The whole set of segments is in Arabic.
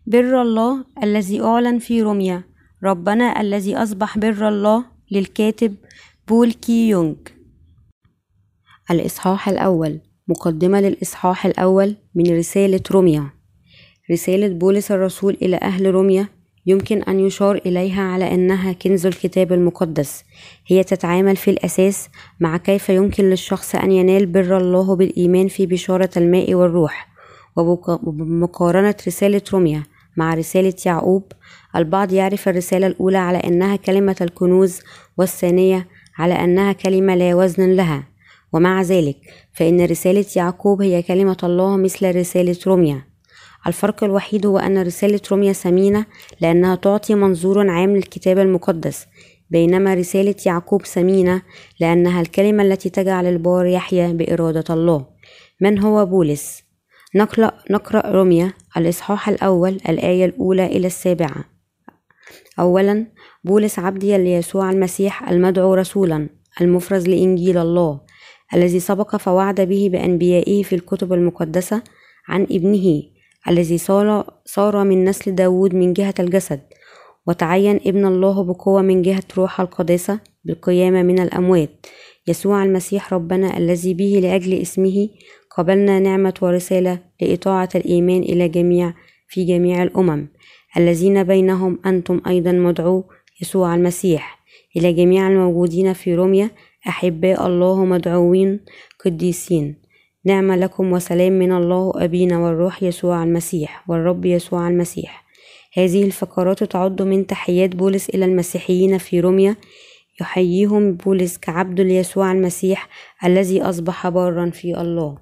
بر الله الذي أعلن في روميا، ربنا الذي أصبح بر الله، للكاتب بول كي يونغ. الإصحاح الأول. مقدمة للإصحاح الأول من رسالة روميا. رسالة بولس الرسول إلى أهل روميا يمكن أن يشار إليها على أنها كنز الكتاب المقدس. هي تتعامل في الأساس مع كيف يمكن للشخص أن ينال بر الله بالإيمان في بشارة الماء والروح. وبمقارنة رسالة روميا مع رسالة يعقوب، البعض يعرف الرسالة الأولى على أنها كلمة الكنوز، والثانية على أنها كلمة لا وزن لها. ومع ذلك فإن رسالة يعقوب هي كلمة الله مثل رسالة روميا. الفرق الوحيد هو أن رسالة روميا ثمينة لأنها تعطي منظور عام للكتاب المقدس، بينما رسالة يعقوب ثمينة لأنها الكلمة التي تجعل البار يحيا بإرادة الله. من هو بولس؟ نقرأ روميا الإصحاح الأول الآية الأولى إلى 7. أولا، بولس عبدي ليسوع المسيح المدعو رسولا المفرز لإنجيل الله، الذي سبق فوعد به بأنبيائه في الكتب المقدسة عن ابنه الذي صار من نسل داود من جهة الجسد، وتعين ابن الله بقوة من جهة روح القداسة بالقيامة من الأموات، يسوع المسيح ربنا، الذي به لأجل اسمه قبلنا نعمة ورسالة لإطاعة الإيمان إلى في جميع الأمم، الذين بينهم أنتم أيضا مدعو يسوع المسيح. إلى جميع الموجودين في روميا أحباء الله مدعوين قديسين، نعمة لكم وسلام من الله أبينا والروح يسوع المسيح والرب يسوع المسيح. هذه الفقرات تعد من تحيات بولس إلى المسيحيين في روميا. يحييهم بولس كعبد ليسوع المسيح الذي أصبح بارا في الله.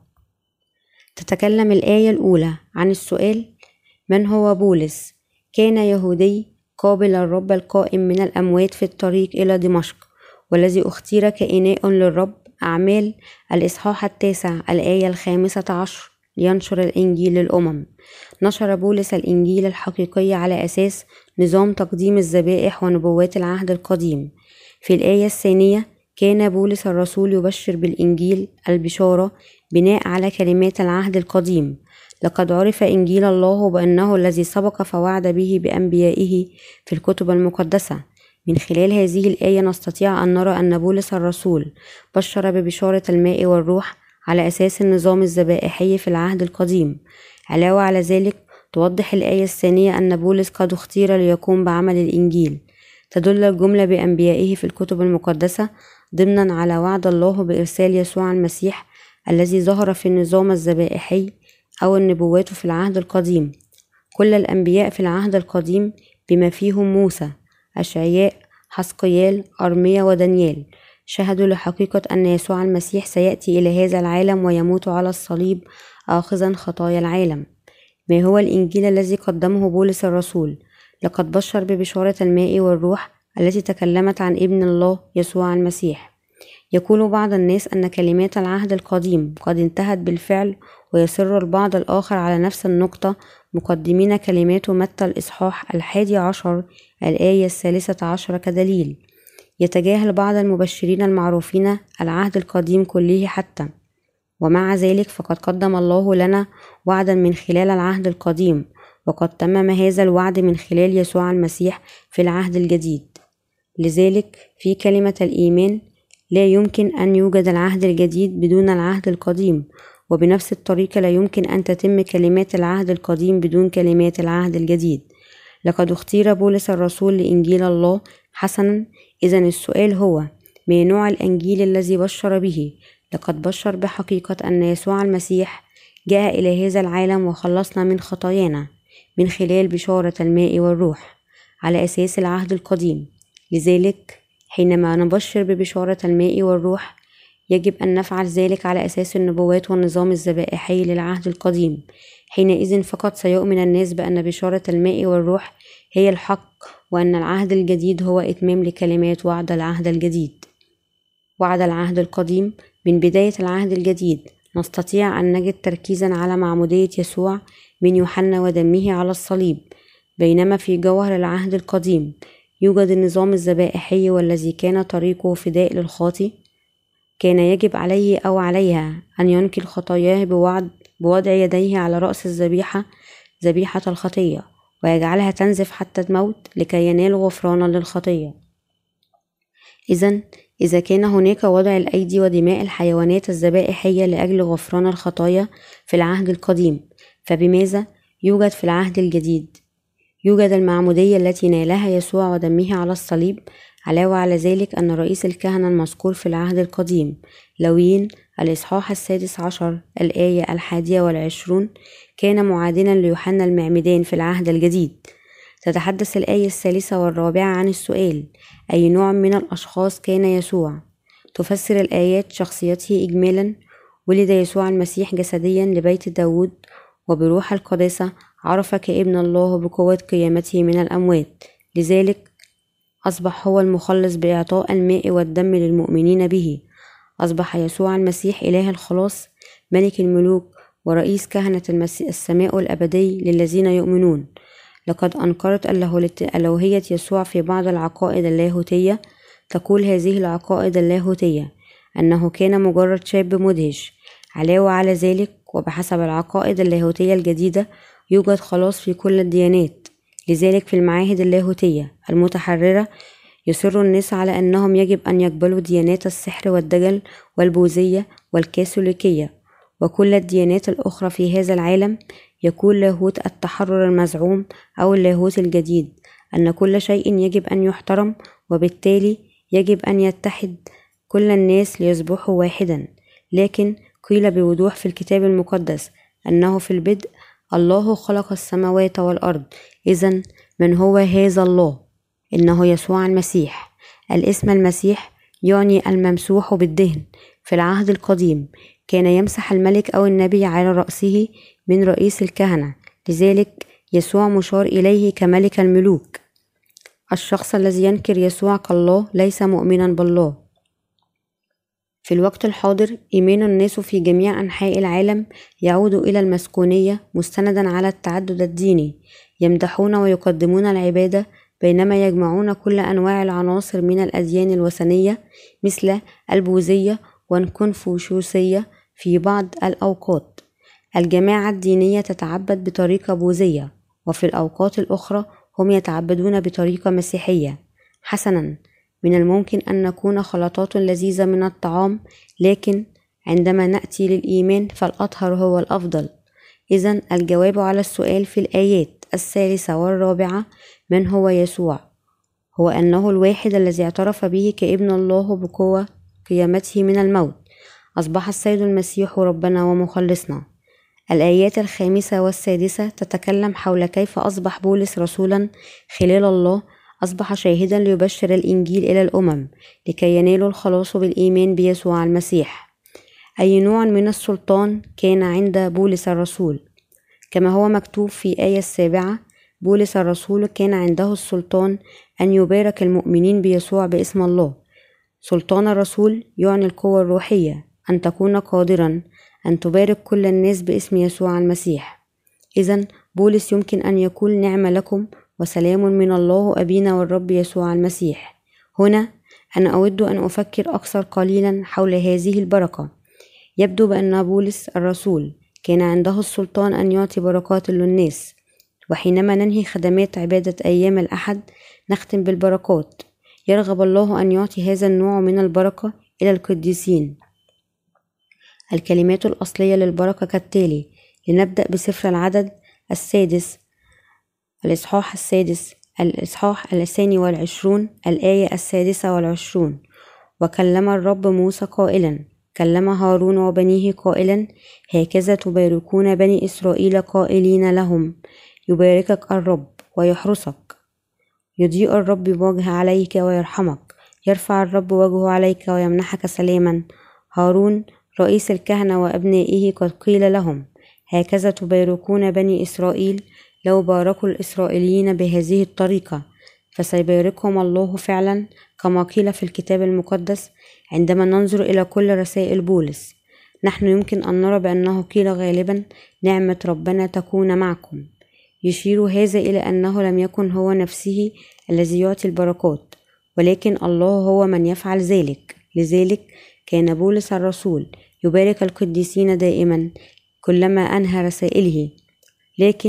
تتكلم الآية الأولى عن السؤال: من هو بولس؟ كان يهودي قابل الرب القائم من الأموات في الطريق إلى دمشق، والذي اختير كإناء للرب. أعمال الإصحاح 9 الآية 15 لينشر الإنجيل للأمم. نشر بولس الإنجيل الحقيقي على أساس نظام تقديم الذبائح ونبوات العهد القديم. في الآية الثانية كان بولس الرسول يبشر بالإنجيل البشارة بناء على كلمات العهد القديم. لقد عرف إنجيل الله بأنه الذي سبق فوعد به بأنبيائه في الكتب المقدسة. من خلال هذه الآية نستطيع أن نرى أن بولس الرسول بشر ببشارة الماء والروح على أساس النظام الذبائحي في العهد القديم. علاوة على ذلك توضح الآية الثانية أن بولس قد اختير ليقوم بعمل الإنجيل. تدل الجملة بأنبيائه في الكتب المقدسة ضمنا على وعد الله بإرسال يسوع المسيح الذي ظهر في النظام الذبائحي أو النبوات في العهد القديم. كل الأنبياء في العهد القديم بما فيهم موسى، أشعياء، حزقيال، أرميا ودانيال شهدوا لحقيقة أن يسوع المسيح سيأتي إلى هذا العالم ويموت على الصليب آخذا خطايا العالم. ما هو الإنجيل الذي قدمه بولس الرسول؟ لقد بشر ببشارة الماء والروح التي تكلمت عن ابن الله يسوع المسيح. يقول بعض الناس أن كلمات العهد القديم قد انتهت بالفعل، ويصر البعض الآخر على نفس النقطة مقدمين كلمات متى الإصحاح 11 الآية 13 كدليل. يتجاهل بعض المبشرين المعروفين العهد القديم كله حتى، ومع ذلك فقد قدم الله لنا وعدا من خلال العهد القديم، وقد تمم هذا الوعد من خلال يسوع المسيح في العهد الجديد. لذلك في كلمة الإيمان لا يمكن أن يوجد العهد الجديد بدون العهد القديم، وبنفس الطريقة لا يمكن أن تتم كلمات العهد القديم بدون كلمات العهد الجديد. لقد اختير بولس الرسول لإنجيل الله. حسنا، إذن السؤال هو: ما نوع الإنجيل الذي بشر به؟ لقد بشر بحقيقة أن يسوع المسيح جاء إلى هذا العالم وخلصنا من خطايانا من خلال بشارة الماء والروح على أساس العهد القديم. لذلك حينما نبشر ببشارة الماء والروح يجب أن نفعل ذلك على أساس النبوات والنظام الذبائحي للعهد القديم. حينئذ فقط سيؤمن الناس بأن بشارة الماء والروح هي الحق، وأن العهد الجديد هو إتمام لكلمات وعد العهد الجديد. وعد العهد القديم. من بداية العهد الجديد نستطيع أن نجد تركيزا على معمودية يسوع من يوحنا ودمه على الصليب، بينما في جوهر العهد القديم يوجد النظام الذبائحي والذي كان طريقه فداء للخاطئ. كان يجب عليه أو عليها أن ينكل خطاياه بوضع يديه على رأس الذبيحة، ذبيحة الخطية، ويجعلها تنزف حتى الموت لكي ينالوا غفرانا للخطية. إذا كان هناك وضع الأيدي ودماء الحيوانات الذبائحية لأجل غفران الخطايا في العهد القديم، فبماذا يوجد في العهد الجديد؟ يوجد المعمودية التي نالها يسوع ودمه على الصليب. علاوة على ذلك أن رئيس الكهنة المذكور في العهد القديم لاويين الإصحاح 16 الآية 21 كان معادنا ليوحنا المعمدان في العهد الجديد. تتحدث الآية 3 و4 عن السؤال: أي نوع من الأشخاص كان يسوع؟ تفسر الآيات شخصيته إجمالا: ولد يسوع المسيح جسديا لبيت داود وبروح القداسة، عرف كابن الله بقوة قيامته من الأموات، لذلك أصبح هو المخلص بإعطاء الماء والدم للمؤمنين به. أصبح يسوع المسيح إله الخلاص، ملك الملوك ورئيس كهنة السماء الأبدي للذين يؤمنون. لقد أنكرت ألوهية يسوع في بعض العقائد اللاهوتية. تقول هذه العقائد اللاهوتية أنه كان مجرد شاب مدهش. علاوة على ذلك، وبحسب العقائد اللاهوتية الجديدة، يوجد خلاص في كل الديانات. لذلك في المعاهد اللاهوتية المتحررة يصر الناس على أنهم يجب أن يقبلوا ديانات السحر والدجل والبوذية والكاثوليكية وكل الديانات الأخرى في هذا العالم. يقول لاهوت التحرر المزعوم أو اللاهوت الجديد أن كل شيء يجب أن يحترم، وبالتالي يجب أن يتحد كل الناس ليصبحوا واحدا. لكن قيل بوضوح في الكتاب المقدس أنه في البدء الله خلق السماوات والأرض. إذن من هو هذا الله؟ إنه يسوع المسيح. الاسم المسيح يعني الممسوح بالدهن. في العهد القديم كان يمسح الملك أو النبي على رأسه من رئيس الكهنة، لذلك يسوع مشار إليه كملك الملوك. الشخص الذي ينكر يسوع كالله ليس مؤمنا بالله. في الوقت الحاضر إيمان الناس في جميع أنحاء العالم يعود إلى المسكونية مستندا على التعدد الديني. يمدحون ويقدمون العبادة بينما يجمعون كل أنواع العناصر من الأديان الوثنية مثل البوذية والكونفوشيوسية. في بعض الأوقات الجماعة الدينية تتعبد بطريقة بوذية، وفي الأوقات الأخرى هم يتعبدون بطريقة مسيحية. حسنا، من الممكن أن نكون خلطات لذيذة من الطعام، لكن عندما نأتي للإيمان فالأطهر هو الأفضل. إذن الجواب على السؤال في الآيات 3 و4 من هو يسوع هو أنه الواحد الذي اعترف به كابن الله بقوة قيامته من الموت. أصبح السيد المسيح ربنا ومخلصنا. الآيات 5 و6 تتكلم حول كيف أصبح بولس رسولا خلال الله. أصبح شاهدا ليبشر الإنجيل إلى الأمم لكي ينالوا الخلاص بالإيمان بيسوع المسيح. أي نوع من السلطان كان عند بولس الرسول؟ كما هو مكتوب في آية 7: بولس الرسول كان عنده السلطان أن يبارك المؤمنين بيسوع باسم الله. سلطان الرسول يعني القوة الروحية، أن تكون قادرا أن تبارك كل الناس باسم يسوع المسيح. إذن بولس يمكن أن يقول: نعم لكم وسلام من الله أبينا والرب يسوع المسيح. هنا أنا أود أن أفكر أكثر قليلا حول هذه البركة. يبدو بأن بولس الرسول كان عنده السلطان أن يعطي بركات للناس، وحينما ننهي خدمات عبادة أيام الأحد نختم بالبركات. يرغب الله أن يعطي هذا النوع من البركة إلى القديسين. الكلمات الأصلية للبركة كالتالي. لنبدأ بسفر العدد 6 الإصحاح 6 الإصحاح 22 الآية 26: وكلم الرب موسى قائلا: كلم هارون وبنيه قائلا: هكذا تباركون بني إسرائيل قائلين لهم: يباركك الرب ويحرسك، يضيء الرب بوجهه عليك ويرحمك، يرفع الرب وجهه عليك ويمنحك سلاما. هارون رئيس الكهنة وأبنائه قد قيل لهم: هكذا تباركون بني إسرائيل. لو باركوا الإسرائيليين بهذه الطريقة فسيباركهم الله فعلا، كما قيل في الكتاب المقدس. عندما ننظر إلى كل رسائل بولس نحن يمكن أن نرى بأنه قيل غالبا: نعمة ربنا تكون معكم. يشير هذا إلى أنه لم يكن هو نفسه الذي يعطي البركات، ولكن الله هو من يفعل ذلك. لذلك كان بولس الرسول يبارك القديسين دائما كلما أنهى رسائله. لكن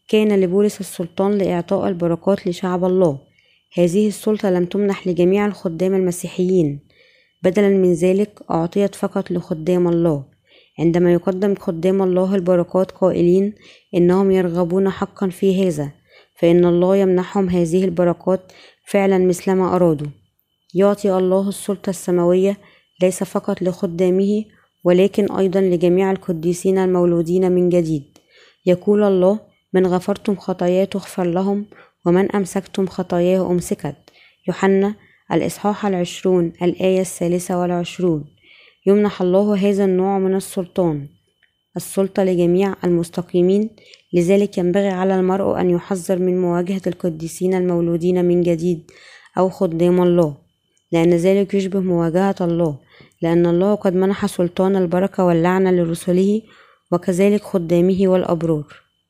كان لبولس السلطان لإعطاء البركات لشعب الله. هذه السلطة لم تمنح لجميع الخدام المسيحيين، بدلا من ذلك أعطيت فقط لخدام الله. عندما يقدم خدام الله البركات قائلين إنهم يرغبون حقا في هذا، فإن الله يمنحهم هذه البركات فعلا مثلما أرادوا. يعطي الله السلطة السماوية ليس فقط لخدامه، ولكن أيضا لجميع القديسين المولودين من جديد. يقول الله: من غفرتم خطاياه تغفر لهم، ومن أمسكتم خطاياه أمسكت. يوحنا الإصحاح 20 الآية 23. يمنح الله هذا النوع من السلطة لجميع المستقيمين. لذلك ينبغي على المرء أن يحذر من مواجهة القديسين المولودين من جديد أو خدام الله، لأن ذلك يشبه مواجهة الله، لأن الله قد منح سلطان البركة واللعنة لرسله، وكذلك خدامه والأبرار.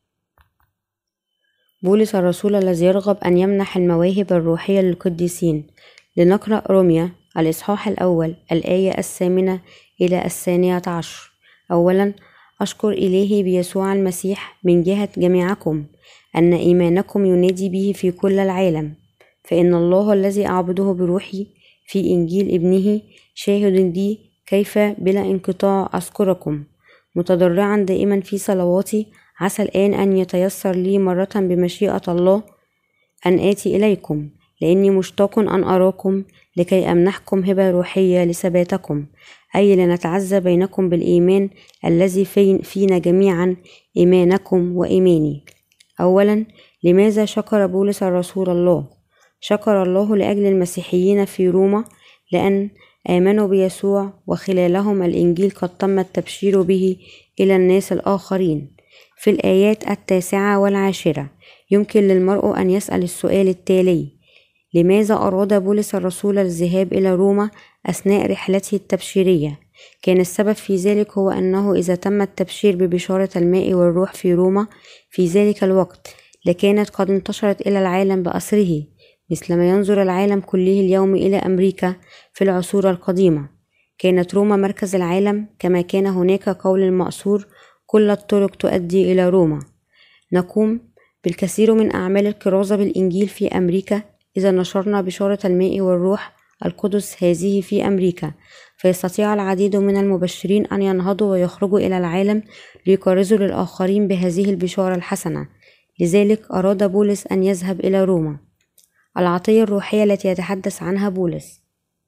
بولس الرسول الذي يرغب أن يمنح المواهب الروحية للقديسين. لنقرأ روميا الإصحاح 1 الآية 8 إلى 12. أولا، أشكر إلهي بيسوع المسيح من جهة جميعكم أن إيمانكم ينادي به في كل العالم، فإن الله الذي أعبده بروحي في إنجيل ابنه شاهد لي كيف بلا انقطاع أذكركم، متضرعا دائما في صلواتي، عسى الآن أن يتيسر لي مرة بمشيئة الله أن آتي إليكم، لأني مشتاق أن أراكم لكي أمنحكم هبة روحية لثباتكم، أي لنتعزى بينكم بالإيمان الذي فينا جميعا، إيمانكم وإيماني. أولا، لماذا شكر بولس الرسول الله؟ شكر الله لأجل المسيحيين في روما، لأن آمنوا بيسوع وخلالهم الإنجيل قد تم التبشير به إلى الناس الآخرين. في الآيات 9 و10 يمكن للمرء أن يسأل السؤال التالي: لماذا أراد بولس الرسول الذهاب إلى روما أثناء رحلته التبشيرية؟ كان السبب في ذلك هو أنه إذا تم التبشير ببشارة الماء والروح في روما في ذلك الوقت، لكانت قد انتشرت إلى العالم بأسره، مثلما ينظر العالم كله اليوم إلى أمريكا في العصور القديمة. كانت روما مركز العالم، كما كان هناك قول المأثور: كل الطرق تؤدي إلى روما. نقوم بالكثير من أعمال الكرازة بالإنجيل في أمريكا إذا نشرنا بشارة الماء والروح القدس هذه في أمريكا، فيستطيع العديد من المبشرين أن ينهضوا ويخرجوا إلى العالم ليكرزوا للآخرين بهذه البشارة الحسنة. لذلك أراد بولس أن يذهب إلى روما. العطية الروحية التي يتحدث عنها بولس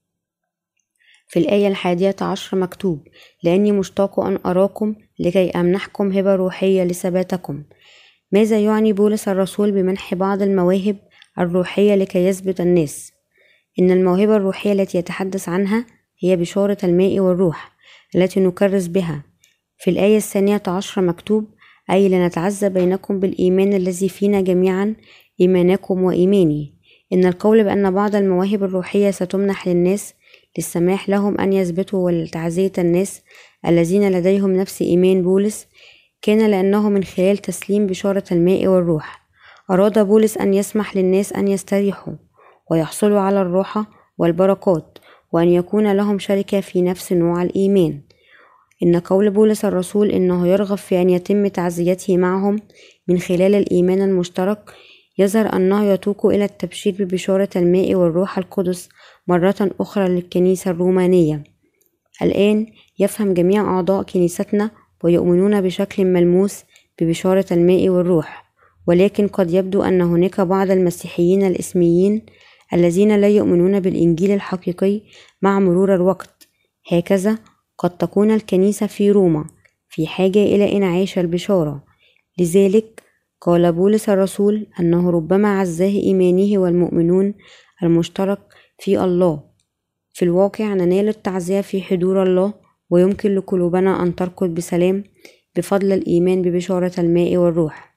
في الآية 11 مكتوب: لأني مشتاق أن أراكم لكي أمنحكم هبة روحية لثباتكم. ماذا يعني بولس الرسول بمنح بعض المواهب الروحية لكي يثبت الناس؟ إن الموهبة الروحية التي يتحدث عنها هي بشارة الماء والروح التي نكرز بها. في الآية 12 مكتوب: أي لنتعزى بينكم بالإيمان الذي فينا جميعا، إيمانكم وإيماني. إن القول بأن بعض المواهب الروحية ستمنح للناس للسماح لهم أن يثبتوا ولتعزية الناس الذين لديهم نفس إيمان بولس كان لأنه من خلال تسليم بشارة الماء والروح أراد بولس أن يسمح للناس أن يستريحوا ويحصلوا على الراحة والبركات، وأن يكون لهم شركة في نفس نوع الإيمان. إن قول بولس الرسول إنه يرغب في أن يتم تعزيته معهم من خلال الإيمان المشترك يظهر أنه يتوق إلى التبشير ببشارة الماء والروح القدس مرة أخرى للكنيسة الرومانية. الآن يفهم جميع أعضاء كنيستنا ويؤمنون بشكل ملموس ببشارة الماء والروح، ولكن قد يبدو أن هناك بعض المسيحيين الإسميين الذين لا يؤمنون بالإنجيل الحقيقي مع مرور الوقت. هكذا قد تكون الكنيسة في روما في حاجة إلى إنعاش البشارة. لذلك قال بولس الرسول أنه ربما عزاه إيمانه والمؤمنون المشترك في الله. في الواقع ننال التعزية في حضور الله، ويمكن لقلوبنا أن تركض بسلام بفضل الإيمان ببشارة الماء والروح.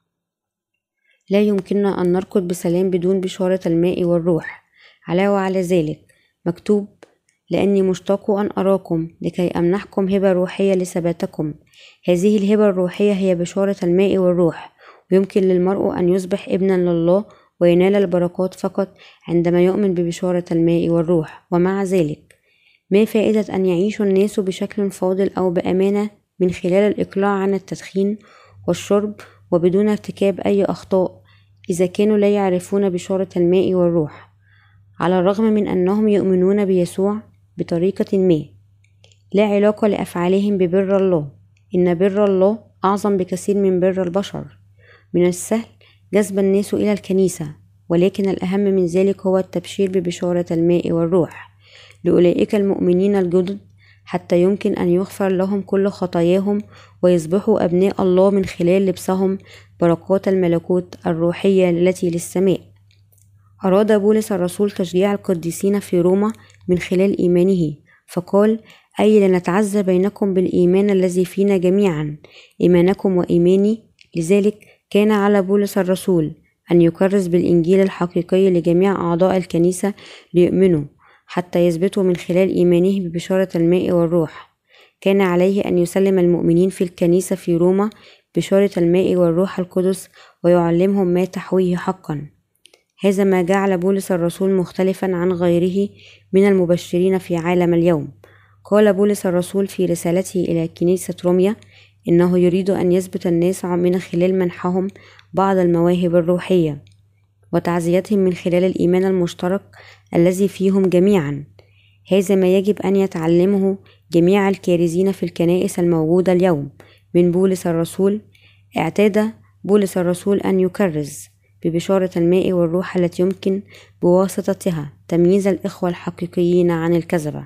لا يمكننا أن نركض بسلام بدون بشارة الماء والروح. علاوة على ذلك مكتوب: لأني مشتاق أن أراكم لكي أمنحكم هبة روحية لثباتكم. هذه الهبة الروحية هي بشارة الماء والروح، ويمكن للمرء أن يصبح ابنا لله وينال البركات فقط عندما يؤمن ببشارة الماء والروح. ومع ذلك ما فائدة أن يعيش الناس بشكل فاضل أو بأمانة من خلال الإقلاع عن التدخين والشرب وبدون ارتكاب أي أخطاء إذا كانوا لا يعرفون بشارة الماء والروح، على الرغم من أنهم يؤمنون بيسوع بطريقة ما. لا علاقة لأفعالهم ببر الله، إن بر الله أعظم بكثير من بر البشر. من السهل جذب الناس إلى الكنيسة، ولكن الأهم من ذلك هو التبشير ببشارة الماء والروح لأولئك المؤمنين الجدد، حتى يمكن أن يغفر لهم كل خطاياهم ويصبحوا أبناء الله من خلال لبسهم بركات الملكوت الروحية التي للسماء. أراد بولس الرسول تشجيع القديسين في روما من خلال إيمانه، فقال: أي لنتعزى بينكم بالإيمان الذي فينا جميعا، إيمانكم وإيماني. لذلك كان على بولس الرسول أن يكرز بالإنجيل الحقيقي لجميع أعضاء الكنيسة ليؤمنوا، حتى يثبتوا من خلال إيمانه ببشارة الماء والروح. كان عليه أن يسلم المؤمنين في الكنيسة في روما بشارة الماء والروح القدس ويعلمهم ما تحويه حقا. هذا ما جعل بولس الرسول مختلفا عن غيره من المبشرين في عالم اليوم. قال بولس الرسول في رسالته إلى كنيسة روميا إنه يريد أن يثبت الناس من خلال منحهم بعض المواهب الروحية وتعزيتهم من خلال الإيمان المشترك الذي فيهم جميعا. هذا ما يجب أن يتعلمه جميع الكارزين في الكنائس الموجودة اليوم من بولس الرسول. اعتاد بولس الرسول أن يكرز ببشارة الماء والروح التي يمكن بواسطتها تمييز الإخوة الحقيقيين عن الكذبة.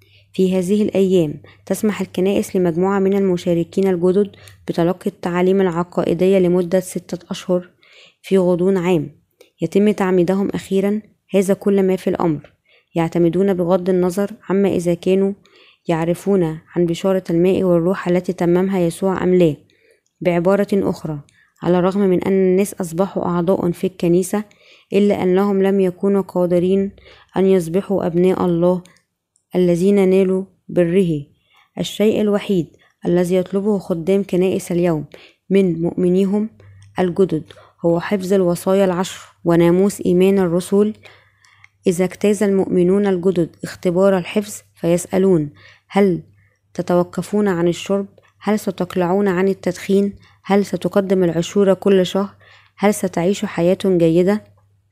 في هذه الأيام تسمح الكنائس لمجموعة من المشاركين الجدد بتلقي التعاليم العقائدية لمدة 6 أشهر في غضون عام، يتم تعميدهم أخيرا. هذا كل ما في الأمر. يعتمدون بغض النظر عما إذا كانوا يعرفون عن بشارة الماء والروح التي تممها يسوع أم لا. بعبارة أخرى، على الرغم من أن الناس أصبحوا أعضاء في الكنيسة، إلا أنهم لم يكونوا قادرين أن يصبحوا أبناء الله الذين نالوا بره. الشيء الوحيد الذي يطلبه خدام كنائس اليوم من مؤمنيهم الجدد هو حفظ الوصايا العشر وناموس إيمان الرسل. إذا اجتاز المؤمنون الجدد اختبار الحفظ فيسألون: هل تتوقفون عن الشرب؟ هل ستقلعون عن التدخين؟ هل ستقدم العشور كل شهر؟ هل ستعيش حياة جيدة؟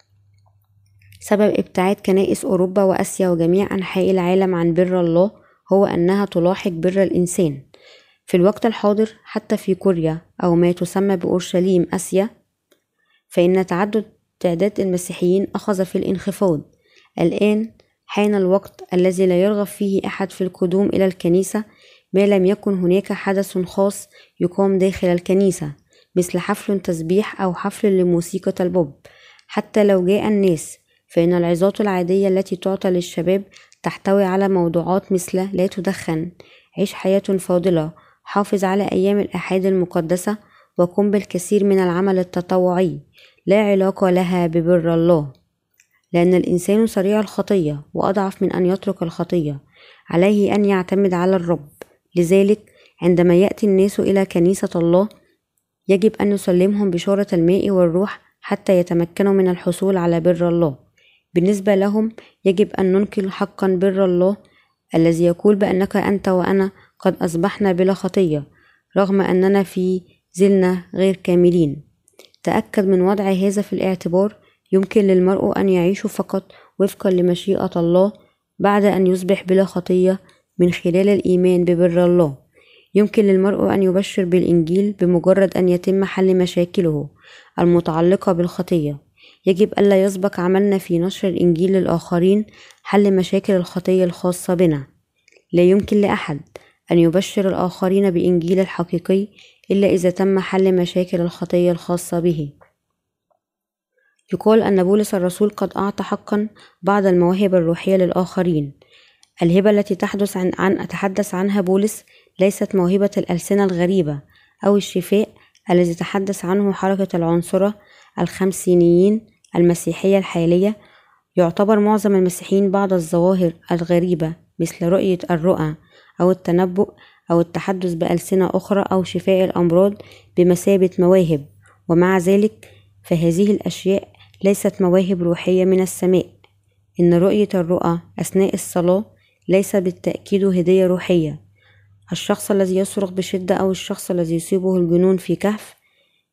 سبب ابتعاد كنائس أوروبا وآسيا وجميع أنحاء العالم عن بر الله هو أنها تلاحق بر الإنسان. في الوقت الحاضر حتى في كوريا أو ما تسمى بأورشليم آسيا، فإن تعداد المسيحيين أخذ في الانخفاض. الآن حان الوقت الذي لا يرغب فيه أحد في القدوم إلى الكنيسة ما لم يكن هناك حدث خاص يقام داخل الكنيسة، مثل حفل تسبيح أو حفل لموسيقى البوب. حتى لو جاء الناس، فإن العظات العادية التي تعطى للشباب تحتوي على موضوعات مثل: لا تدخن، عيش حياة فاضلة، حافظ على أيام الأحد المقدسة، وقم بالكثير من العمل التطوعي. لا علاقة لها ببر الله، لأن الإنسان سريع الخطية وأضعف من أن يترك الخطية. عليه أن يعتمد على الرب. لذلك عندما يأتي الناس إلى كنيسة الله يجب أن نسلمهم بشارة الماء والروح حتى يتمكنوا من الحصول على بر الله. بالنسبة لهم يجب أن ننقل حقا بر الله الذي يقول بأنك أنت وأنا قد أصبحنا بلا خطية رغم أننا في زلنا غير كاملين. تأكد من وضع هذا في الاعتبار. يمكن للمرء أن يعيش فقط وفقا لمشيئة الله بعد أن يصبح بلا خطية من خلال الإيمان ببر الله. يمكن للمرء أن يبشر بالإنجيل بمجرد أن يتم حل مشاكله المتعلقة بالخطية. يجب ألا يسبق عملنا في نشر الإنجيل للآخرين حل مشاكل الخطية الخاصة بنا. لا يمكن لأحد أن يبشر الآخرين بإنجيل الحقيقي إلا إذا تم حل مشاكل الخطية الخاصة به. يقال أن بولس الرسول قد أعطى حقا بعض المواهب الروحية للآخرين. الهبة التي أتحدث عنها بولس ليست موهبة الألسنة الغريبة أو الشفاء الذي تحدث عنه حركة العنصرة الخمسينيين المسيحية الحالية. يعتبر معظم المسيحيين بعض الظواهر الغريبة مثل رؤية الرؤى أو التنبؤ أو التحدث بألسنة أخرى أو شفاء الأمراض بمثابة مواهب، ومع ذلك فهذه الأشياء ليست مواهب روحية من السماء. إن رؤية الرؤى أثناء الصلاة ليس بالتأكيد هدية روحية. الشخص الذي يصرخ بشدة أو الشخص الذي يصيبه الجنون في كهف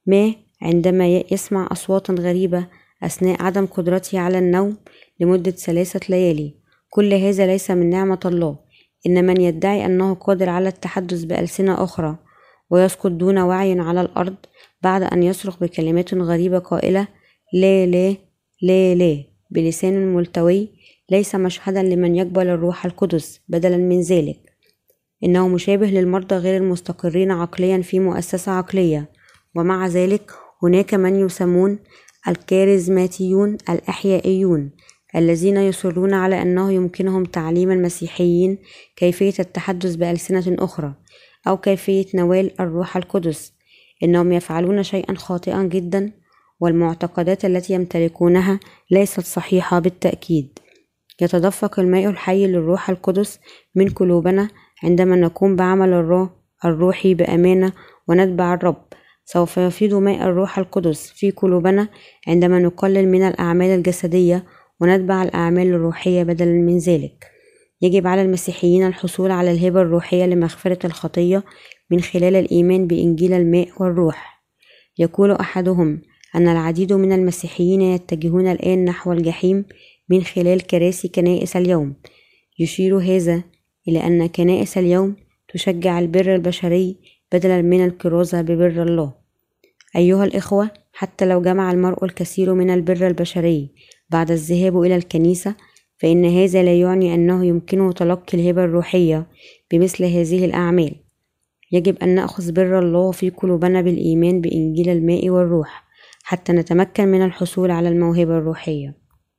ما عندما يسمع أصواتا غريبة أثناء عدم قدرته على النوم لمدة 3 ليالي. كل هذا ليس من نعمة الله، إن من يدعي أنه قادر على التحدث بألسنة أخرى ويسقط دون وعي على الأرض بعد أن يصرخ بكلمات غريبة قائلة لا لا لا لا بلسان ملتوي، ليس مشهدا لمن يقبل الروح القدس. بدلا من ذلك، إنه مشابه للمرضى غير المستقرين عقليا في مؤسسة عقلية. ومع ذلك هناك من يسمون الكاريزماتيون الأحيائيون، الذين يصرون على أنه يمكنهم تعليم المسيحيين كيفية التحدث بألسنة أخرى أو كيفية نوال الروح القدس. إنهم يفعلون شيئا خاطئا جدا، والمعتقدات التي يمتلكونها ليست صحيحة بالتأكيد. يتدفق الماء الحي للروح القدس من قلوبنا عندما نقوم بعمل الروحي بأمانة ونتبع الرب. سوف يفيض ماء الروح القدس في قلوبنا عندما نقلل من الأعمال الجسدية ونتبع الأعمال الروحية. بدلا من ذلك، يجب على المسيحيين الحصول على الهبة الروحية لمغفرة الخطية من خلال الإيمان بإنجيل الماء والروح. يقول أحدهم أن العديد من المسيحيين يتجهون الآن نحو الجحيم من خلال كراسي كنائس اليوم. يشير هذا إلى أن كنائس اليوم تشجع البر البشري بدلا من الكرازة ببر الله. أيها الإخوة، حتى لو جمع المرء الكثير من البر البشري بعد الذهاب إلى الكنيسة، فإن هذا لا يعني أنه يمكنه تلقي الهبة الروحية بمثل هذه الأعمال. يجب أن نأخذ بر الله في قلوبنا بالإيمان بإنجيل الماء والروح حتى نتمكن من الحصول على الموهبة الروحية.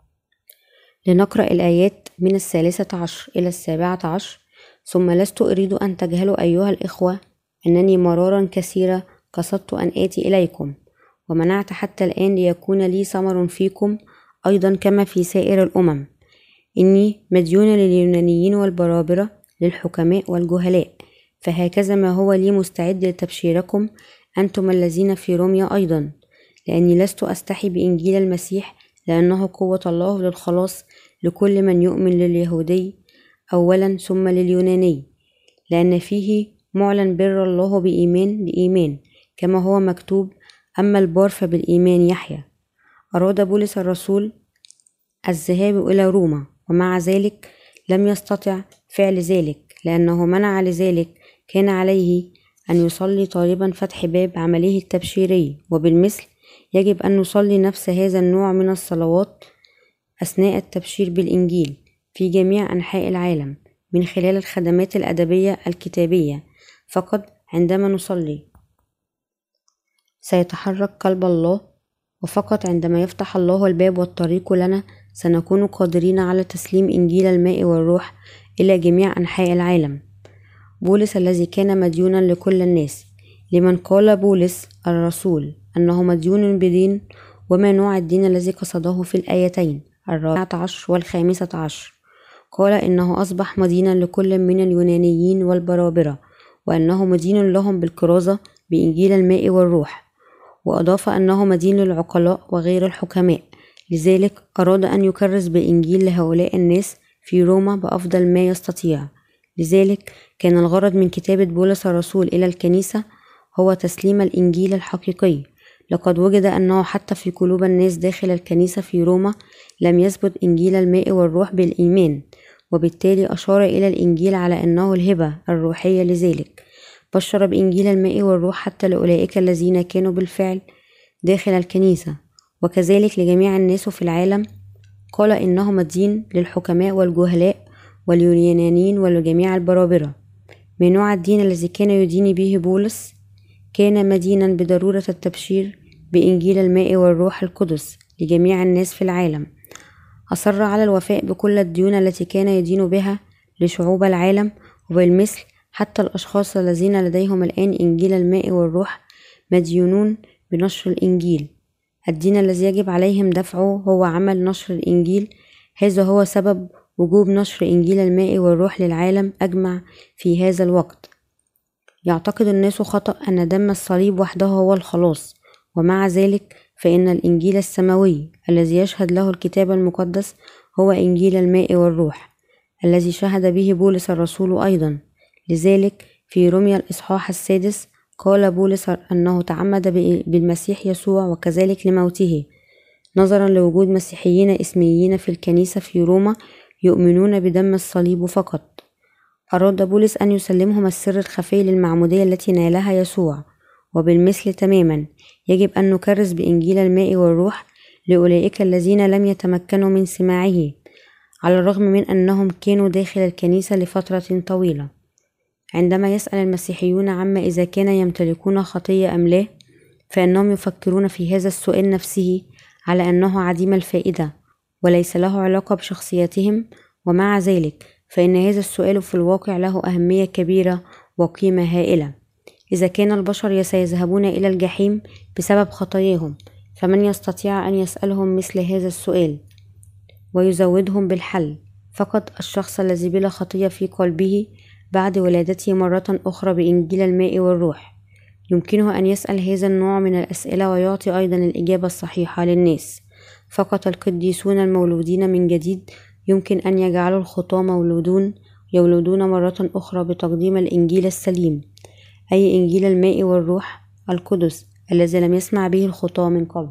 لنقرأ الآيات من 13 إلى 17. ثم لست أريد أن تجهلوا أيها الإخوة أنني مرارا كثيرة قصدت أن آتي إليكم، ومنعت حتى الآن ليكون لي ثمر فيكم أيضا كما في سائر الأمم. إني مديون لليونانيين والبرابرة، للحكماء والجهلاء، فهكذا ما هو لي مستعد لتبشيركم أنتم الذين في روميا أيضا، لأني لست أستحي بإنجيل المسيح، لأنه قوة الله للخلاص لكل من يؤمن، لليهودي أولا ثم لليوناني، لأن فيه معلن بر الله بإيمان لإيمان، كما هو مكتوب أما البار فبالإيمان يحيى. أراد بولس الرسول الذهاب إلى روما، ومع ذلك لم يستطع فعل ذلك، لأنه منع لذلك كان عليه أن يصلي طالبا فتح باب عمله التبشيري. وبالمثل يجب أن نصلي نفس هذا النوع من الصلوات أثناء التبشير بالإنجيل في جميع أنحاء العالم من خلال الخدمات الأدبية الكتابية. فقط عندما نصلي سيتحرك قلب الله، وفقط عندما يفتح الله الباب والطريق لنا سنكون قادرين على تسليم إنجيل الماء والروح إلى جميع أنحاء العالم. بولس الذي كان مديونا لكل الناس. لمن قال بولس الرسول أنه مديون بدين؟ وما نوع الدين الذي قصده في الآيتين 14 و15؟ قال إنه أصبح مدينا لكل من اليونانيين والبرابرة، وأنه مدين لهم بالكرازة بإنجيل الماء والروح، وأضاف أنه مدين للعقلاء وغير الحكماء. لذلك أراد أن يكرز بالإنجيل لهؤلاء الناس في روما بأفضل ما يستطيع. لذلك كان الغرض من كتابة بولس الرسول إلى الكنيسة هو تسليم الإنجيل الحقيقي. لقد وجد أنه حتى في قلوب الناس داخل الكنيسة في روما لم يثبت إنجيل الماء والروح بالإيمان، وبالتالي أشار إلى الإنجيل على أنه الهبة الروحية. لذلك بشر بإنجيل الماء والروح حتى لأولئك الذين كانوا بالفعل داخل الكنيسة، وكذلك لجميع الناس في العالم. قال إنه مدين للحكماء والجهلاء واليونانيين ولجميع البرابرة. من نوع الدين الذي كان يدين به بولس، كان مدينا بضرورة التبشير بإنجيل الماء والروح القدس لجميع الناس في العالم. أصر على الوفاء بكل الديون التي كان يدين بها لشعوب العالم، وبالمثل حتى الأشخاص الذين لديهم الآن إنجيل الماء والروح مديونون بنشر الإنجيل. الدين الذي يجب عليهم دفعه هو عمل نشر الإنجيل. هذا هو سبب وجوب نشر إنجيل الماء والروح للعالم أجمع في هذا الوقت. يعتقد الناس خطأ أن دم الصليب وحده هو الخلاص، ومع ذلك فإن الإنجيل السماوي الذي يشهد له الكتاب المقدس هو إنجيل الماء والروح الذي شهد به بولس الرسول أيضا. لذلك في روميا الإصحاح 6 قال بولس أنه تعمد بالمسيح يسوع وكذلك لموته، نظرا لوجود مسيحيين اسميين في الكنيسة في روما يؤمنون بدم الصليب فقط. أراد بولس أن يسلمهم السر الخفي للمعمودية التي نالها يسوع، وبالمثل تماما يجب أن نكرس بإنجيل الماء والروح لأولئك الذين لم يتمكنوا من سماعه، على الرغم من أنهم كانوا داخل الكنيسة لفترة طويلة. عندما يسأل المسيحيون عما إذا كان يمتلكون خطية أم لا، فإنهم يفكرون في هذا السؤال نفسه على أنه عديم الفائدة وليس له علاقة بشخصيتهم، ومع ذلك فإن هذا السؤال في الواقع له أهمية كبيرة وقيمة هائلة. إذا كان البشر سيذهبون إلى الجحيم بسبب خطاياهم، فمن يستطيع أن يسألهم مثل هذا السؤال ويزودهم بالحل؟ فقط الشخص الذي بلا خطية في قلبه بعد ولادته مرة أخرى بإنجيل الماء والروح. يمكنه أن يسأل هذا النوع من الأسئلة ويعطي أيضا الإجابة الصحيحة للناس. فقط القديسون المولودين من جديد يمكن أن يجعلوا الخطاة يولدون مرة أخرى بتقديم الإنجيل السليم، أي إنجيل الماء والروح القدس الذي لم يسمع به الخطاة من قبل.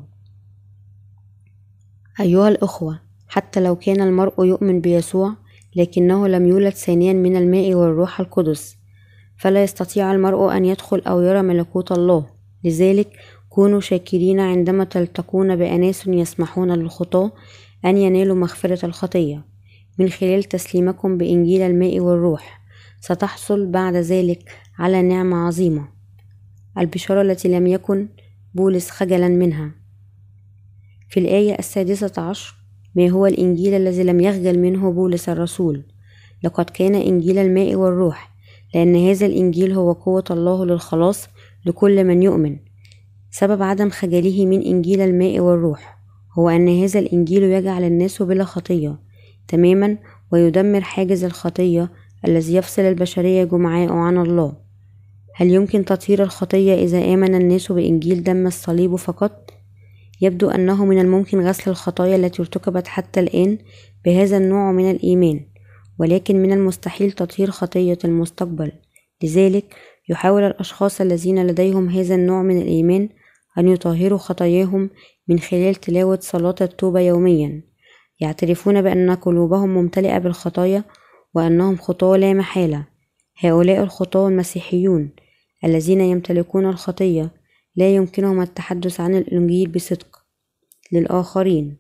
أيها الأخوة، حتى لو كان المرء يؤمن بيسوع لكنه لم يولد ثانيا من الماء والروح القدس، فلا يستطيع المرء أن يدخل أو يرى ملكوت الله. لذلك كونوا شاكرين عندما تلتقون بأناس يسمحون للخطاة أن ينالوا مغفرة الخطية من خلال تسليمكم بإنجيل الماء والروح. ستحصل بعد ذلك على نعمة عظيمة، البشارة التي لم يكن بولس خجلا منها. في الآية 16: ما هو الإنجيل الذي لم يخجل منه بولس الرسول؟ لقد كان إنجيل الماء والروح، لأن هذا الإنجيل هو قوة الله للخلاص لكل من يؤمن. سبب عدم خجله من إنجيل الماء والروح هو أن هذا الإنجيل يجعل الناس بلا خطية تماما، ويدمر حاجز الخطية الذي يفصل البشرية جمعاء عن الله. هل يمكن تطهير الخطية إذا آمن الناس بإنجيل دم الصليب فقط؟ يبدو أنه من الممكن غسل الخطايا التي ارتكبت حتى الآن بهذا النوع من الإيمان، ولكن من المستحيل تطهير خطية المستقبل. لذلك يحاول الأشخاص الذين لديهم هذا النوع من الإيمان أن يطهروا خطاياهم من خلال تلاوة صلاة التوبة يوميا. يعترفون بأن قلوبهم ممتلئة بالخطايا وأنهم خطاة لا محالة. هؤلاء الخطاة المسيحيون الذين يمتلكون الخطية لا يمكنهم التحدث عن الإنجيل بصدق للآخرين،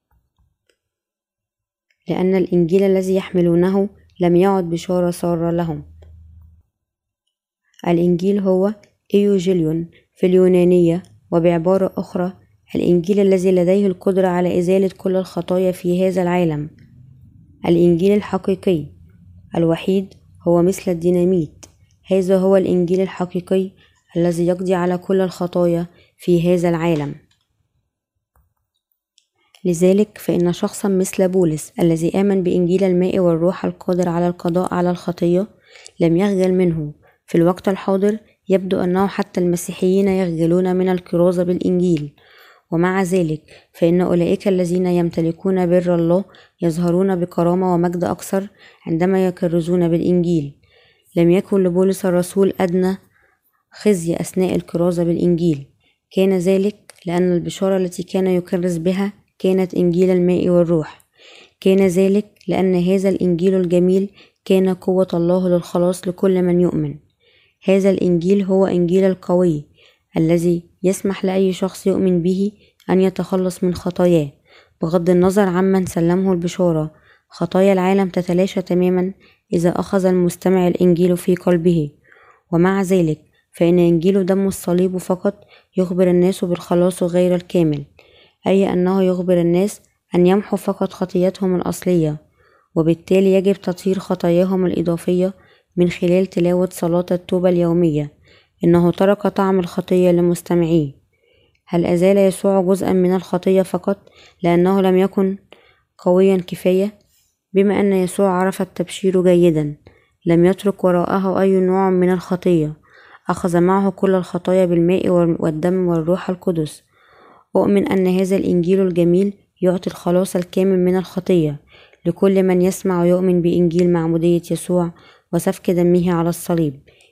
لأن الإنجيل الذي يحملونه لم يعد بشارة سارة لهم. الإنجيل هو إيوجيليون في اليونانية، وبعبارة أخرى الإنجيل الذي لديه القدرة على إزالة كل الخطايا في هذا العالم. الإنجيل الحقيقي الوحيد هو مثل الديناميت. هذا هو الإنجيل الحقيقي الذي يقضي على كل الخطايا في هذا العالم. لذلك فإن شخصا مثل بولس الذي آمن بإنجيل الماء والروح القادر على القضاء على الخطية لم يخجل منه. في الوقت الحاضر يبدو أنه حتى المسيحيين يخجلون من الكرازة بالإنجيل، ومع ذلك فإن أولئك الذين يمتلكون بر الله يظهرون بكرامة ومجد أكثر عندما يكرزون بالإنجيل. لم يكن لبولس الرسول أدنى خزي أثناء الكرازة بالإنجيل. كان ذلك لأن البشارة التي كان يكرز بها كانت إنجيل الماء والروح. كان ذلك لأن هذا الإنجيل الجميل كان قوة الله للخلاص لكل من يؤمن. هذا الإنجيل هو إنجيل القوي الذي يسمح لأي شخص يؤمن به أن يتخلص من خطاياه بغض النظر عمن سلمه البشارة. خطايا العالم تتلاشى تماما إذا أخذ المستمع الإنجيل في قلبه، ومع ذلك فإن إنجيل دم الصليب فقط يخبر الناس بالخلاص غير الكامل، أي أنه يخبر الناس أن يمحوا فقط خطيتهم الأصلية، وبالتالي يجب تطهير خطاياهم الإضافية من خلال تلاوة صلاة التوبة اليومية. إنه ترك طعم الخطية لمستمعيه. هل أزال يسوع جزءا من الخطية فقط لأنه لم يكن قويا كفاية؟ بما أن يسوع عرف التبشير جيدا لم يترك وراءه أي نوع من الخطية، أخذ معه كل الخطايا بالماء والدم والروح القدس. أؤمن أن هذا الإنجيل الجميل يعطي الخلاص الكامل من الخطية لكل من يسمع ويؤمن بإنجيل معمودية يسوع وسفك دمه على الصليب.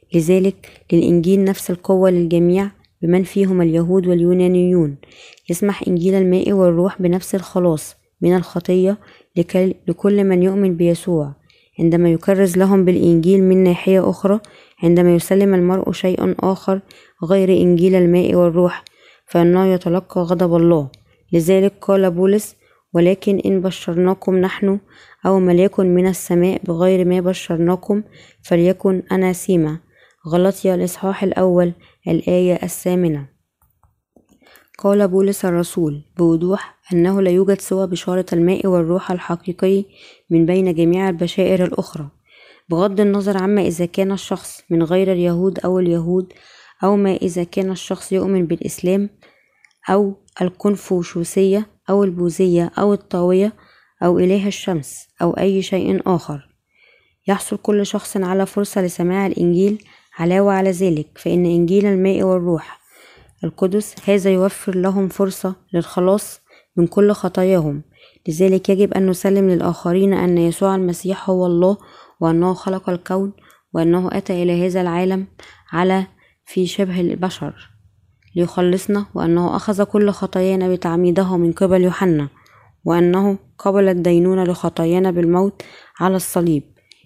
لذلك للإنجيل نفس القوة للجميع بمن فيهم اليهود واليونانيون. يسمح إنجيل الماء والروح بنفس الخلاص من الخطية لكل من يؤمن بيسوع. عندما يكرز لهم بالإنجيل من ناحية أخرى، عندما يسلم المرء شيء آخر غير إنجيل الماء والروح، فإنه يتلقى غضب الله. لذلك قال بولس: ولكن إن بشرناكم نحن أو ملاك من السماء بغير ما بشرناكم فليكن أناسيما. غلطية الإصحاح الأول الآية 8. قال بولس الرسول بوضوح أنه لا يوجد سوى بشارة الماء والروح الحقيقي من بين جميع البشائر الأخرى، بغض النظر عما إذا كان الشخص من غير اليهود أو اليهود، أو ما إذا كان الشخص يؤمن بالإسلام أو الكونفوشيوسية أو البوذية أو الطاوية أو إله الشمس أو أي شيء آخر. يحصل كل شخص على فرصة لسماع الإنجيل. علاوة على ذلك فإن إنجيل الماء والروح القدس هذا يوفر لهم فرصة للخلاص من كل خطاياهم. لذلك يجب أن نسلم للآخرين أن يسوع المسيح هو الله، وأنه خلق الكون، وأنه أتى إلى هذا العالم في شبه البشر ليخلصنا، وأنه أخذ كل خطايانا بتعميده من قبل يوحنا، وأنه قبل الدينونة لخطايانا بالموت على الصليب.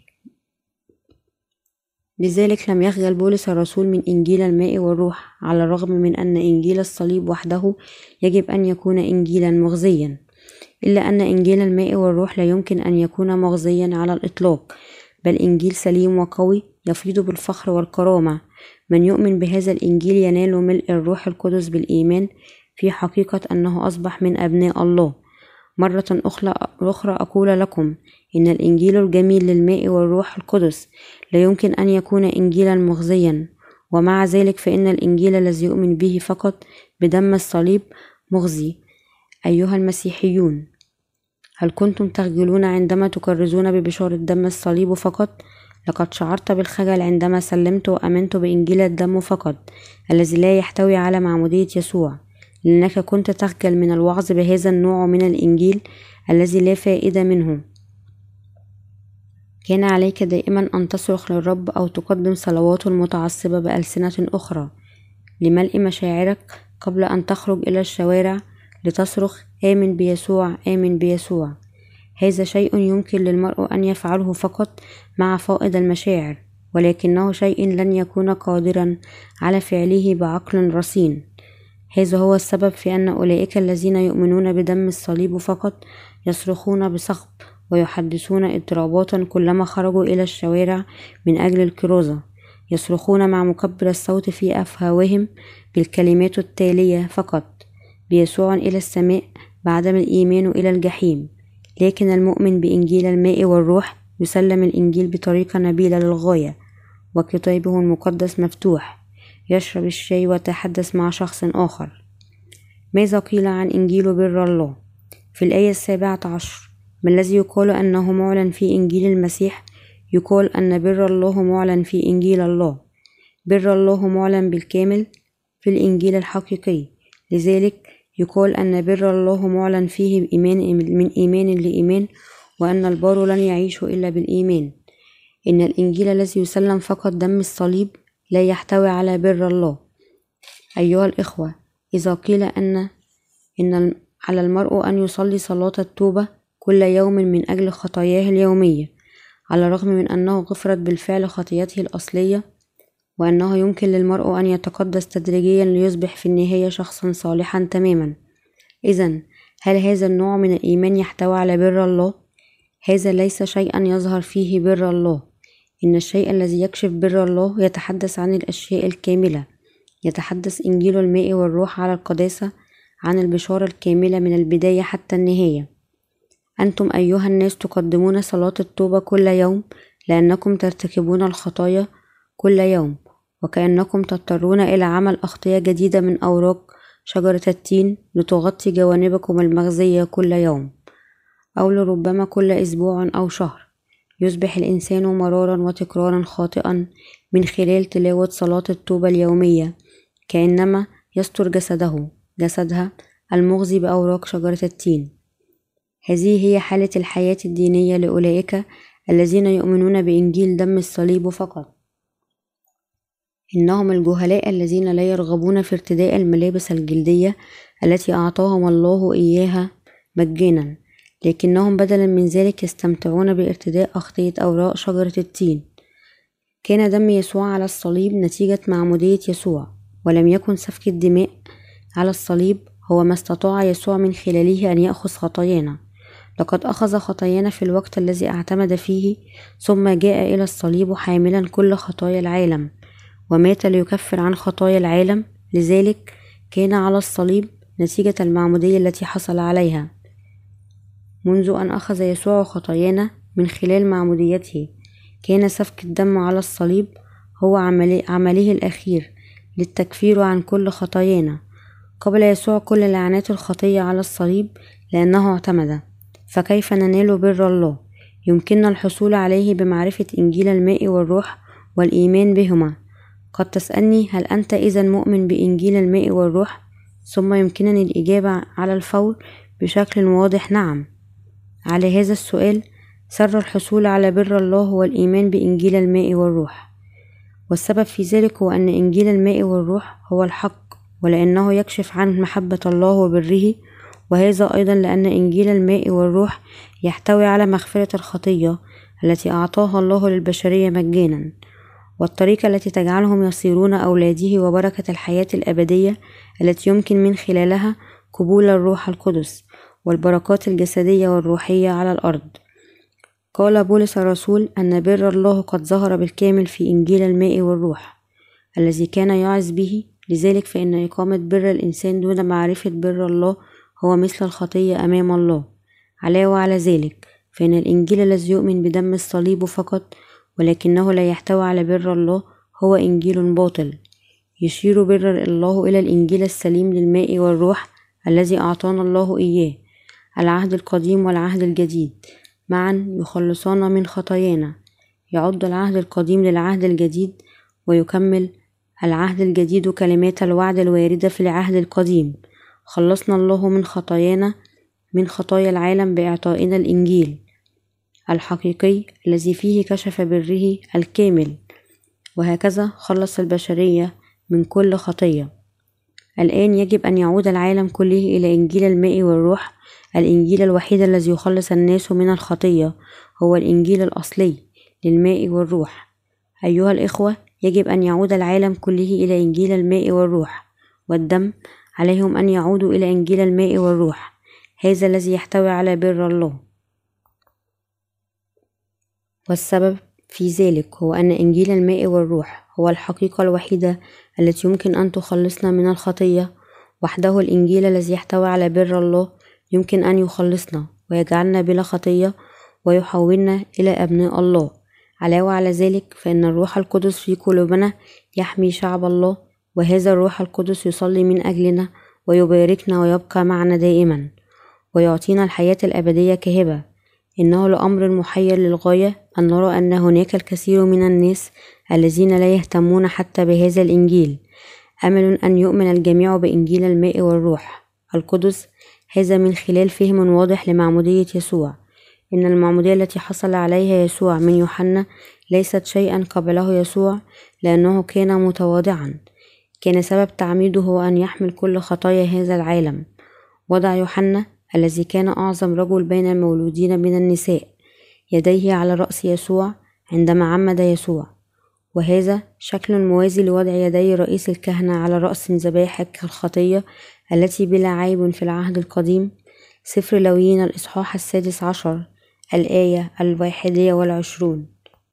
لذلك لم يخجل بولس الرسول من إنجيل الماء والروح، على الرغم من أن إنجيل الصليب وحده يجب أن يكون إنجيلا مغزيا، إلا أن إنجيل الماء والروح لا يمكن أن يكون مغزيا على الإطلاق، بل إنجيل سليم وقوي يفيض بالفخر والكرامة. من يؤمن بهذا الإنجيل ينال ملء الروح القدس بالإيمان في حقيقة أنه أصبح من أبناء الله. مرة أخرى أقول لكم إن الإنجيل الجميل للماء والروح القدس لا يمكن أن يكون إنجيلا مغزيا، ومع ذلك فإن الإنجيل الذي يؤمن به فقط بدم الصليب مغزي. أيها المسيحيون، هل كنتم تخجلون عندما تكرزون ببشارة دم الصليب فقط؟ لقد شعرت بالخجل عندما سلمت وأمنت بإنجيل الدم فقط الذي لا يحتوي على معمودية يسوع، لأنك كنت تخجل من الوعظ بهذا النوع من الإنجيل الذي لا فائدة منه. كان عليك دائما أن تصرخ للرب أو تقدم صلوات متعصبة بألسنة أخرى لملء مشاعرك قبل أن تخرج إلى الشوارع لتصرخ: آمن بيسوع، آمن بيسوع. هذا شيء يمكن للمرء أن يفعله فقط مع فائض المشاعر، ولكنه شيء لن يكون قادرا على فعله بعقل رصين. هذا هو السبب في أن أولئك الذين يؤمنون بدم الصليب فقط يصرخون بصخب ويحدثون اضطرابات كلما خرجوا إلى الشوارع من أجل الكرازة. يصرخون مع مكبر الصوت في أفواههم بالكلمات التالية فقط: بيسوع إلى السماء، بعدم الإيمان إلى الجحيم. لكن المؤمن بإنجيل الماء والروح يسلم الإنجيل بطريقة نبيلة للغاية، وكتابه المقدس مفتوح. يشرب الشاي ويتحدث مع شخص آخر. ماذا قيل عن إنجيل بر الله؟ في الآية 17: ما الذي يقال أنه معلن في إنجيل المسيح؟ يقال أن بر الله معلن في إنجيل الله. بر الله معلن بالكامل في الإنجيل الحقيقي، لذلك يقال أن بر الله معلن فيه من إيمان لإيمان، وأن البار لن يعيش إلا بالإيمان. إن الإنجيل الذي يسلم فقط دم الصليب لا يحتوي على بر الله. أيها الإخوة، إذا قيل أن على المرء أن يصلي صلاة التوبة كل يوم من أجل خطاياه اليومية، على الرغم من أنه غفرت بالفعل خطيته الأصلية، وأنه يمكن للمرء أن يتقدس تدريجيا ليصبح في النهاية شخصا صالحا تماما، إذن هل هذا النوع من الإيمان يحتوي على بر الله؟ هذا ليس شيئا يظهر فيه بر الله. إن الشيء الذي يكشف بر الله يتحدث عن الأشياء الكاملة. يتحدث إنجيل الماء والروح على القداسة، عن البشارة الكاملة من البداية حتى النهاية. أنتم أيها الناس تقدمون صلاة التوبة كل يوم لأنكم ترتكبون الخطايا كل يوم، وكأنكم تضطرون إلى عمل أغطية جديدة من أوراق شجرة التين لتغطي جوانبكم المغزية كل يوم، أو لربما كل أسبوع أو شهر. يصبح الإنسان مرارا وتكرارا خاطئا من خلال تلاوة صلاة التوبة اليومية، كأنما يستر جسدها المغذي بأوراق شجرة التين. هذه هي حالة الحياة الدينية لأولئك الذين يؤمنون بإنجيل دم الصليب فقط. إنهم الجهلاء الذين لا يرغبون في ارتداء الملابس الجلدية التي أعطاهم الله إياها مجانا، لكنهم بدلا من ذلك يستمتعون بارتداء أغطية أوراق شجرة التين. كان دم يسوع على الصليب نتيجة معمودية يسوع، ولم يكن سفك الدماء على الصليب هو ما استطاع يسوع من خلاله أن يأخذ خطايانا. لقد أخذ خطايانا في الوقت الذي اعتمد فيه، ثم جاء إلى الصليب حاملا كل خطايا العالم، ومات ليكفر عن خطايا العالم. لذلك كان على الصليب نتيجة المعمودية التي حصل عليها. منذ أن أخذ يسوع خطايانا من خلال معموديته، كان سفك الدم على الصليب هو عمله الأخير للتكفير عن كل خطايانا. قبل يسوع كل لعنات الخطية على الصليب لأنه اعتمد. فكيف ننال بر الله؟ يمكننا الحصول عليه بمعرفة إنجيل الماء والروح والإيمان بهما. قد تسألني: هل أنت إذن مؤمن بإنجيل الماء والروح؟ ثم يمكنني الإجابة على الفور بشكل واضح: نعم. على هذا السؤال، سر الحصول على بر الله هو الإيمان بإنجيل الماء والروح، والسبب في ذلك هو أن إنجيل الماء والروح هو الحق، ولأنه يكشف عن محبة الله وبره، وهذا أيضا لأن إنجيل الماء والروح يحتوي على مغفرة الخطية التي أعطاها الله للبشرية مجانا، والطريقة التي تجعلهم يصيرون أولاده، وبركة الحياة الأبدية التي يمكن من خلالها قبول الروح القدس والبركات الجسدية والروحية على الأرض. قال بولس الرسول أن بر الله قد ظهر بالكامل في إنجيل الماء والروح الذي كان يعظ به. لذلك فإن إقامة بر الإنسان دون معرفة بر الله هو مثل الخطية أمام الله. علاوة على ذلك، فإن الإنجيل الذي يؤمن بدم الصليب فقط ولكنه لا يحتوي على بر الله هو إنجيل باطل. يشير بر الله إلى الإنجيل السليم للماء والروح الذي أعطانا الله إياه. العهد القديم والعهد الجديد معا يخلصان من خطايانا. يعد العهد القديم للعهد الجديد، ويكمل العهد الجديد كلمات الوعد الواردة في العهد القديم. خلصنا الله من خطايانا، من خطايا العالم، بإعطائنا الإنجيل الحقيقي الذي فيه كشف بره الكامل، وهكذا خلص البشرية من كل خطية. الآن يجب أن يعود العالم كله إلى إنجيل الماء والروح. الإنجيل الوحيد الذي يخلص الناس من الخطية هو الإنجيل الأصلي للماء والروح. أيها الإخوة، يجب أن يعود العالم كله إلى إنجيل الماء والروح والدم. عليهم أن يعودوا إلى إنجيل الماء والروح، هذا الذي يحتوي على بر الله. والسبب في ذلك هو أن إنجيل الماء والروح هو الحقيقة الوحيدة التي يمكن أن تخلصنا من الخطية. وحده الإنجيل الذي يحتوي على بر الله يمكن أن يخلصنا ويجعلنا بلا خطية ويحولنا إلى أبناء الله. علاوة على ذلك، فإن الروح القدس في قلوبنا يحمي شعب الله، وهذا الروح القدس يصلي من أجلنا ويباركنا ويبقى معنا دائما ويعطينا الحياة الأبدية كهبة. إنه لأمر محير للغاية أن نرى أن هناك الكثير من الناس الذين لا يهتمون حتى بهذا الإنجيل. أمل أن يؤمن الجميع بإنجيل الماء والروح القدس، هذا من خلال فهم واضح لمعمودية يسوع. إن المعمودية التي حصل عليها يسوع من يوحنا ليست شيئا قبله يسوع، لأنه كان متواضعا. كان سبب تعميده هو أن يحمل كل خطايا هذا العالم. وضع يوحنا الذي كان أعظم رجل بين المولودين من النساء يديه على رأس يسوع عندما عمد يسوع، وهذا شكل موازي لوضع يدي رئيس الكهنة على رأس ذبائح الخطية التي بلا عيب في العهد القديم. سفر لاويين الإصحاح 16 الآية 21.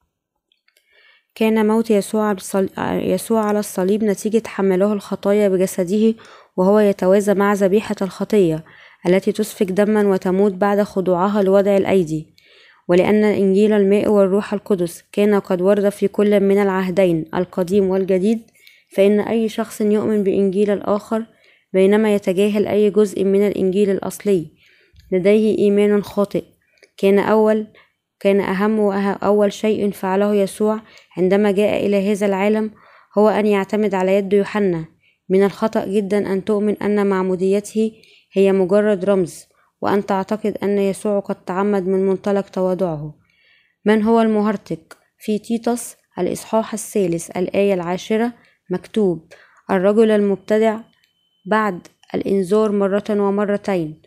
كان موت يسوع على الصليب نتيجة حمله الخطايا بجسده، وهو يتوازى مع ذبيحة الخطية التي تسفك دما وتموت بعد خضوعها لوضع الأيدي. ولأن إنجيل الماء والروح القدس كان قد ورد في كل من العهدين القديم والجديد، فإن أي شخص يؤمن بإنجيل الآخر بينما يتجاهل أي جزء من الإنجيل الأصلي لديه إيمان خاطئ. كان أهم وأول شيء فعله يسوع عندما جاء إلى هذا العالم هو أن يعتمد على يد يوحنا. من الخطأ جدا أن تؤمن أن معموديته هي مجرد رمز، وأن تعتقد أن يسوع قد تعمد من منطلق تواضعه. من هو المهرطق؟ في تيتوس الإصحاح 3 الآية 10 مكتوب: الرجل المبتدع بعد الإنذار مرة ومرتين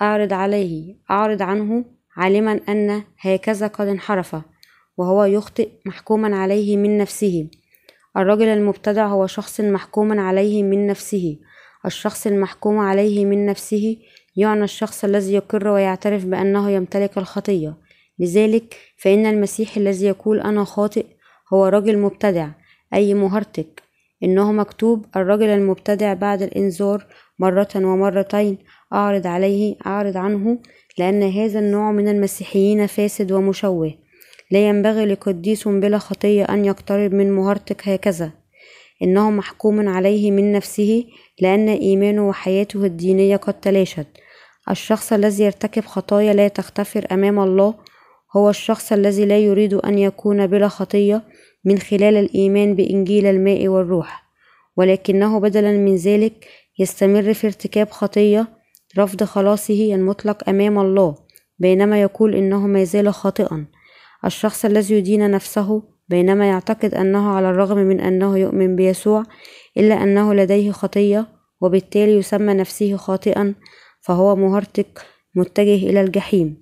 أعرض عنه، عالما أن هكذا قد انحرف وهو يخطئ، محكوما عليه من نفسه. الرجل المبتدع هو شخص محكوم عليه من نفسه. الشخص المحكوم عليه من نفسه يعني الشخص الذي يقر ويعترف بأنه يمتلك الخطية. لذلك فإن المسيح الذي يقول أنا خاطئ هو رجل مبتدع، أي مهرطق. إنه مكتوب: الرجل المبتدع بعد الإنذار مرة ومرتين أعرض عنه، لأن هذا النوع من المسيحيين فاسد ومشوه. لا ينبغي لقديس بلا خطية أن يقترب من مهرطق هكذا. إنه محكوم عليه من نفسه، لأن إيمانه وحياته الدينية قد تلاشت. الشخص الذي يرتكب خطايا لا تغتفر أمام الله هو الشخص الذي لا يريد أن يكون بلا خطية من خلال الإيمان بإنجيل الماء والروح، ولكنه بدلا من ذلك يستمر في ارتكاب خطية، رفض خلاصه المطلق أمام الله، بينما يقول إنه ما زال خاطئا. الشخص الذي يدين نفسه بينما يعتقد أنه على الرغم من أنه يؤمن بيسوع إلا أنه لديه خطية، وبالتالي يسمى نفسه خاطئا، فهو مهرطق متجه إلى الجحيم.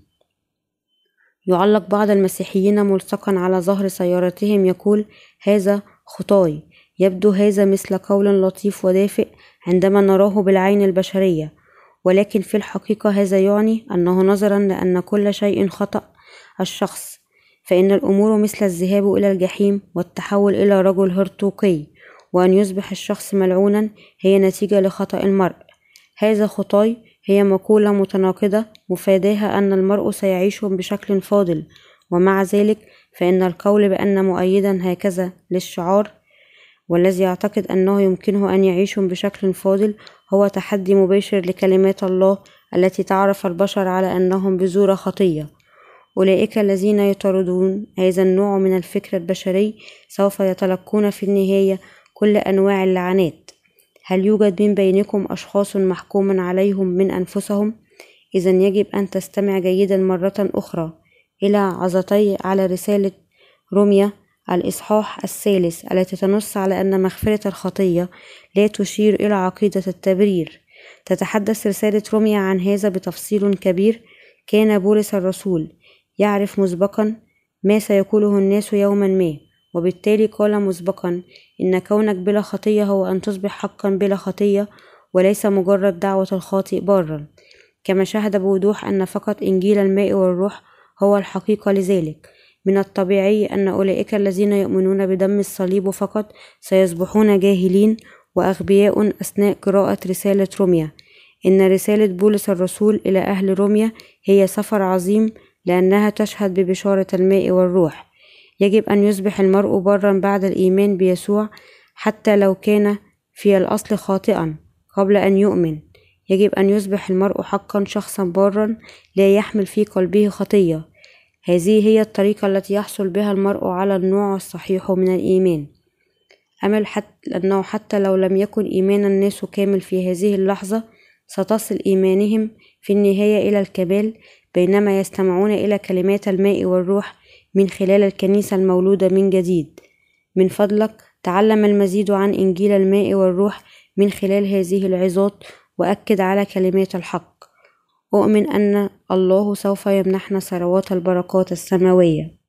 يعلق بعض المسيحيين ملصقا على ظهر سيارتهم يقول: هذا خطاي. يبدو هذا مثل قول لطيف ودافئ عندما نراه بالعين البشرية، ولكن في الحقيقة هذا يعني أنه نظرا لأن كل شيء خطأ الشخص، فإن الأمور مثل الذهاب إلى الجحيم والتحول إلى رجل هرطوقي، وأن يصبح الشخص ملعونا هي نتيجة لخطأ المرء. هذا خطاي هي مقولة متناقضة مفاداها أن المرء سيعيش بشكل فاضل، ومع ذلك فإن القول بأن مؤيدا هكذا للشعار والذي يعتقد أنه يمكنه أن يعيش بشكل فاضل هو تحدي مباشر لكلمات الله التي تعرف البشر على أنهم بذور خطية. أولئك الذين يطاردون هذا النوع من الفكر البشري سوف يتلقون في النهاية كل أنواع اللعنات. هل يوجد من بينكم أشخاص محكوم عليهم من أنفسهم؟ إذا يجب أن تستمع جيدا مرة أخرى إلى عظتي على رسالة روميا الإصحاح 3 التي تنص على أن مغفرة الخطية لا تشير إلى عقيدة التبرير. تتحدث رسالة روميا عن هذا بتفصيل كبير. كان بولس الرسول يعرف مسبقا ما سيقوله الناس يوما ما، وبالتالي قال مسبقا إن كونك بلا خطية هو أن تصبح حقا بلا خطية، وليس مجرد دعوة الخاطئ بارا. كما شهد بوضوح أن فقط إنجيل الماء والروح هو الحقيقة. لذلك من الطبيعي أن أولئك الذين يؤمنون بدم الصليب فقط سيصبحون جاهلين وأغبياء أثناء قراءة رسالة روميا. إن رسالة بولس الرسول إلى أهل روميا هي سفر عظيم، لأنها تشهد ببشارة الماء والروح. يجب أن يصبح المرء برا بعد الإيمان بيسوع، حتى لو كان في الأصل خاطئا قبل أن يؤمن. يجب أن يصبح المرء حقا شخصا برا لا يحمل في قلبه خطية. هذه هي الطريقة التي يحصل بها المرء على النوع الصحيح من الإيمان. أنه حتى لو لم يكن إيمان الناس كامل في هذه اللحظة، ستصل إيمانهم في النهاية إلى الكمال بينما يستمعون إلى كلمات الماء والروح من خلال الكنيسة المولودة من جديد. من فضلك تعلم المزيد عن إنجيل الماء والروح من خلال هذه العظات، وأكد على كلمات الحق. أؤمن أن الله سوف يمنحنا ثروات البركات السماوية.